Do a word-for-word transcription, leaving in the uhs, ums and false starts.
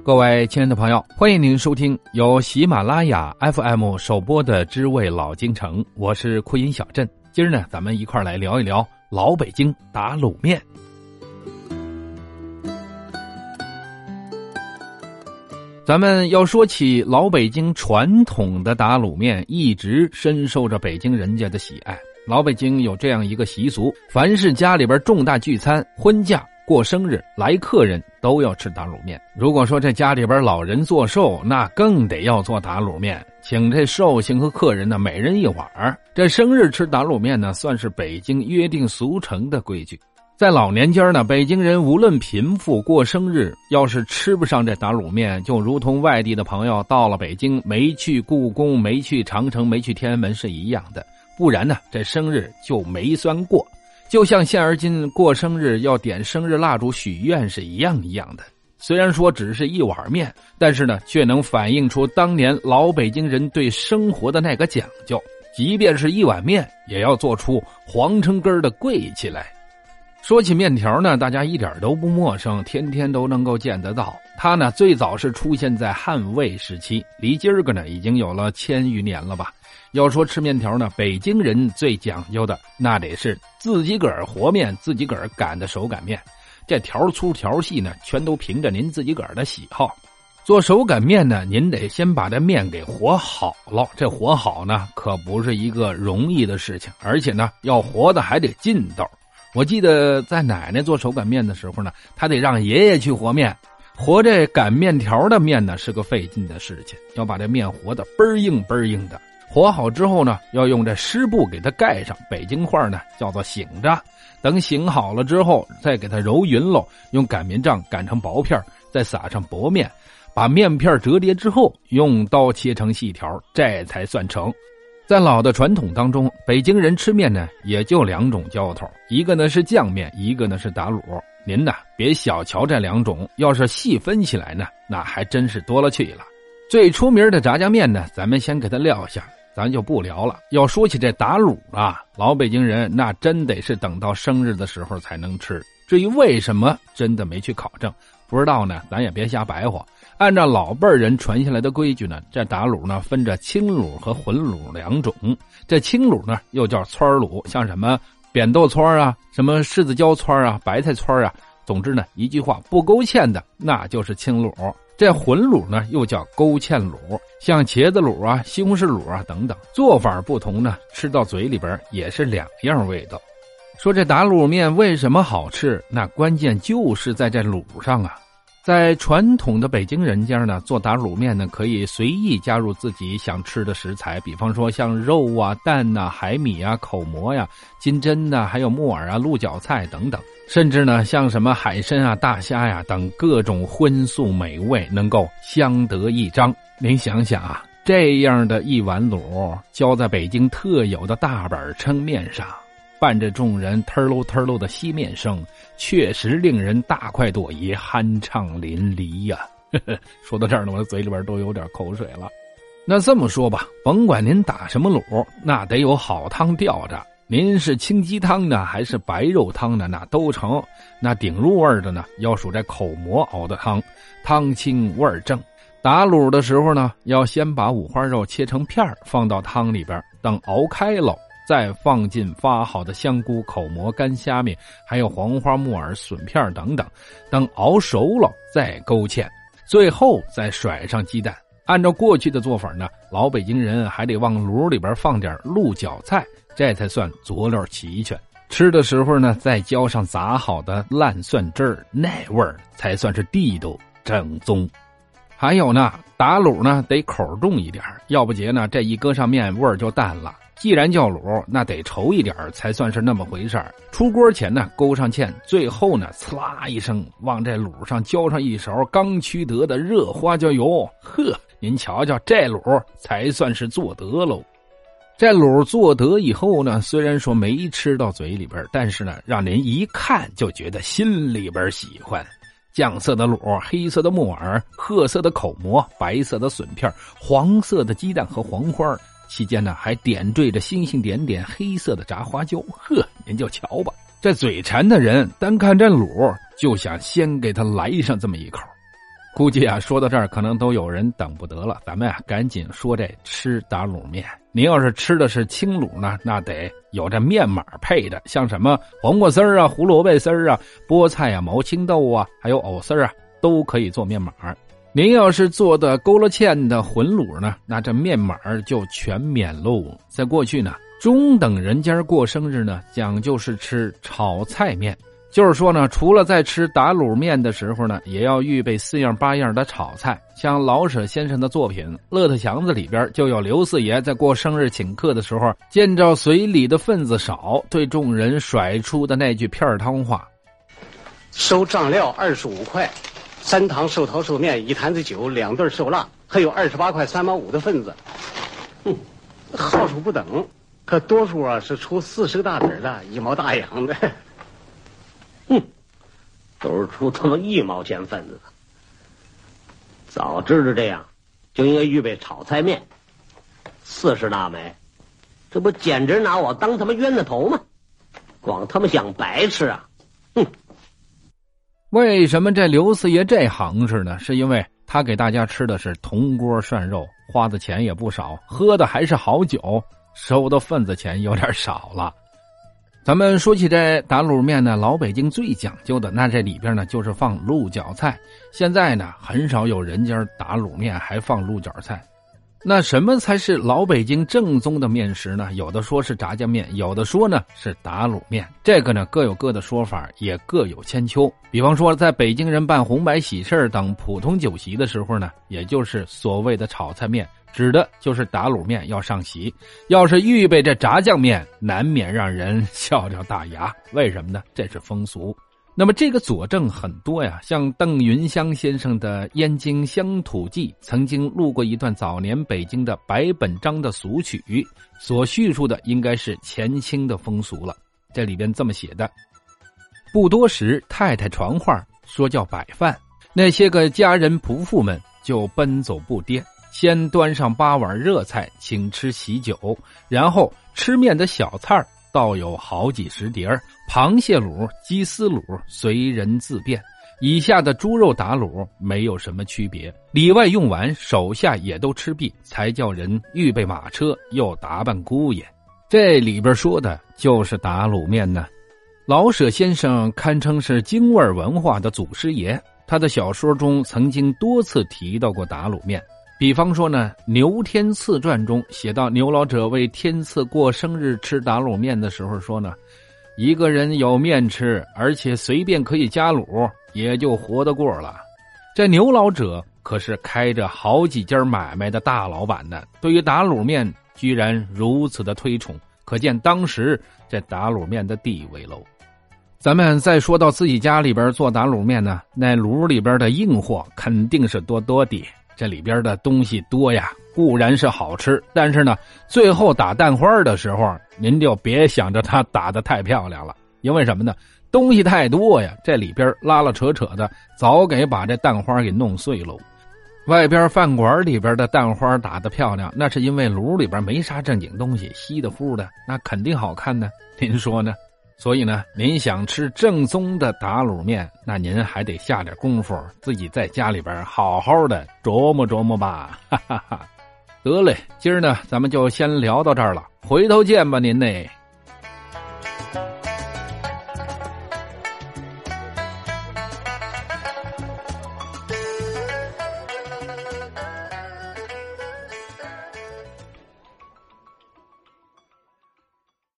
各位亲爱的朋友，欢迎您收听由喜马拉雅 F M 首播的《知味老京城》，我是酷音小镇。今儿呢，咱们一块来聊一聊老北京打卤面。咱们要说起老北京传统的打卤面，一直深受着北京人家的喜爱。老北京有这样一个习俗，凡是家里边重大聚餐、婚嫁、过生日来客人都要吃打卤面。如果说这家里边老人做寿，那更得要做打卤面，请这寿星和客人呢每人一碗。这生日吃打卤面呢，算是北京约定俗成的规矩。在老年间呢，北京人无论贫富，过生日要是吃不上这打卤面，就如同外地的朋友到了北京没去故宫、没去长城、没去天安门是一样的，不然呢这生日就没算过。就像现而今过生日要点生日蜡烛许愿是一样一样的。虽然说只是一碗面，但是呢却能反映出当年老北京人对生活的那个讲究，即便是一碗面也要做出皇城根的贵气来。说起面条呢，大家一点都不陌生，天天都能够见得到。它呢最早是出现在汉魏时期，离今儿个呢已经有了千余年了吧。要说吃面条呢，北京人最讲究的那得是自己个儿和面，自己个儿擀的手擀面。这条粗条细呢，全都凭着您自己个儿的喜好。做手擀面呢，您得先把这面给和好了。这和好呢，可不是一个容易的事情，而且呢，要和的还得劲道。我记得在奶奶做手擀面的时候呢，她得让爷爷去和面。和这擀面条的面呢，是个费劲的事情，要把这面和的倍儿硬倍儿硬的。和好之后呢，要用这湿布给它盖上，北京话呢叫做醒着。等醒好了之后，再给它揉匀喽，用擀面杖擀成薄片，再撒上薄面，把面片折叠之后，用刀切成细条，这才算成。在老的传统当中，北京人吃面呢也就两种浇头，一个呢是酱面，一个呢是打卤。您呢别小瞧这两种，要是细分起来呢，那还真是多了去了。最出名的炸酱面呢，咱们先给它撂下，咱就不聊了。要说起这打卤啊，老北京人那真得是等到生日的时候才能吃。至于为什么，真的没去考证，不知道呢，咱也别瞎白话。按照老辈人传下来的规矩呢，这打卤呢分着清卤和浑卤两种。这清卤呢又叫汆卤，像什么扁豆汆啊，什么柿子椒汆啊，白菜汆啊，总之呢一句话，不勾芡的那就是清卤。这浑卤呢又叫勾芡卤，像茄子卤啊、西红柿卤啊等等，做法不同呢，吃到嘴里边也是两样味道。说这打卤面为什么好吃，那关键就是在这卤上啊。在传统的北京人家呢，做打卤面呢可以随意加入自己想吃的食材，比方说像肉啊、蛋啊、海米啊、口蘑呀、金针啊，还有木耳啊、鹿角菜等等，甚至呢像什么海参啊、大虾呀等各种荤素美味能够相得益彰。您想想啊，这样的一碗卤浇在北京特有的大板抻面上，伴着众人特喽特喽的吸面声，确实令人大快朵颐，酣畅淋漓呀、啊！说到这儿呢，我嘴里边都有点口水了。那这么说吧，甭管您打什么卤，那得有好汤吊着。您是清鸡汤呢，还是白肉汤呢，那都成。那顶入味的呢，要数这口蘑熬的汤，汤清味正。打卤的时候呢，要先把五花肉切成片放到汤里边，等熬开了，再放进发好的香菇、口蘑、干虾米，还有黄花、木耳、笋片等等，等熬熟了再勾芡，最后再甩上鸡蛋。按照过去的做法呢，老北京人还得往卤里边放点鹿角菜，这才算佐料齐全。吃的时候呢，再浇上炸好的烂蒜汁儿，那味儿才算是地道正宗。还有呢，打卤呢得口重一点，要不结呢这一搁上面味儿就淡了。既然叫卤，那得稠一点才算是那么回事儿。出锅前呢勾上芡，最后呢呲啦一声往这卤上浇上一勺刚取得的热花椒油，呵，您瞧瞧，这卤才算是做得喽。这卤做得以后呢，虽然说没吃到嘴里边，但是呢让您一看就觉得心里边喜欢。酱色的卤，黑色的木耳，褐色的口蘑，白色的笋片，黄色的鸡蛋和黄花，期间呢还点缀着星星点点黑色的炸花椒，呵，您就瞧吧，这嘴馋的人单看这卤就想先给他来上这么一口。 估计啊，说到这儿可能都有人等不得了，咱们啊赶紧说这吃打卤面。您要是吃的是清卤呢，那得有这面码配的，像什么黄瓜丝儿啊、胡萝卜丝儿啊、菠菜啊、毛青豆啊，还有藕丝儿啊，都可以做面码。您要是做的勾了芡的混卤呢，那这面码就全免喽。在过去呢，中等人家过生日呢，讲究是吃炒菜面。就是说呢，除了在吃打卤面的时候呢，也要预备四样八样的炒菜。像老舍先生的作品《乐特祥子》里边就有刘四爷在过生日请客的时候，见着水里的份子少，对众人甩出的那句片汤话： 收账料二十五块，三糖寿桃寿面，一坛子酒，两对寿蜡，还有二十八块三毛五的份子。哼，号数不等，可多数啊是出四十个大子的，一毛大洋的。 哼，都是出他妈一毛钱份子的。早知道这样，就应该预备炒菜面。四十大枚，这不简直拿我当他妈冤大头吗？光他妈想白吃啊！哼。 为什么这刘四爷这行市呢？是因为他给大家吃的是铜锅涮肉，花的钱也不少，喝的还是好酒，收的份子钱有点少了。咱们说起这打卤面呢，老北京最讲究的，那这里边呢就是放鹿角菜。现在呢，很少有人家打卤面还放鹿角菜。那什么才是老北京正宗的面食呢？有的说是炸酱面，有的说呢是打卤面。这个呢各有各的说法，也各有千秋。比方说，在北京人办红白喜事等普通酒席的时候呢，也就是所谓的炒菜面，指的就是打卤面要上席。要是预备这炸酱面，难免让人笑掉大牙。为什么呢？这是风俗。那么这个佐证很多呀，像邓云香先生的《燕京乡土记》曾经录过一段早年北京的白本章的俗曲，所叙述的应该是前清的风俗了。这里边这么写的：不多时，太太传话说叫摆饭，那些个家人仆妇们就奔走不迭，先端上八碗热菜请吃喜酒，然后吃面的小菜倒有好几十碟，螃蟹卤、鸡丝卤随人自便。以下的猪肉打卤没有什么区别，里外用完，手下也都吃毕，才叫人预备马车，又打扮姑爷。这里边说的就是打卤面呢。老舍先生堪称是京味文化的祖师爷，他的小说中曾经多次提到过打卤面。比方说呢，《牛天赐传》中写到牛老者为天赐过生日吃打卤面的时候说呢，一个人有面吃，而且随便可以加卤，也就活得过了。这牛老者可是开着好几家买卖的大老板呢，对于打卤面居然如此的推崇，可见当时这打卤面的地位喽。咱们再说到自己家里边做打卤面呢，那卤里边的硬货肯定是多多的。这里边的东西多呀，固然是好吃，但是呢，最后打蛋花的时候，您就别想着它打得太漂亮了，因为什么呢？东西太多呀，这里边拉拉扯扯的，早给把这蛋花给弄碎喽。外边饭馆里边的蛋花打得漂亮，那是因为炉里边没啥正经东西，稀的乎的，那肯定好看呢。您说呢？所以呢，您想吃正宗的打卤面，那您还得下点功夫，自己在家里边好好的琢磨琢磨吧。哈哈哈。得嘞，今儿呢咱们就先聊到这儿了，回头见吧您嘞。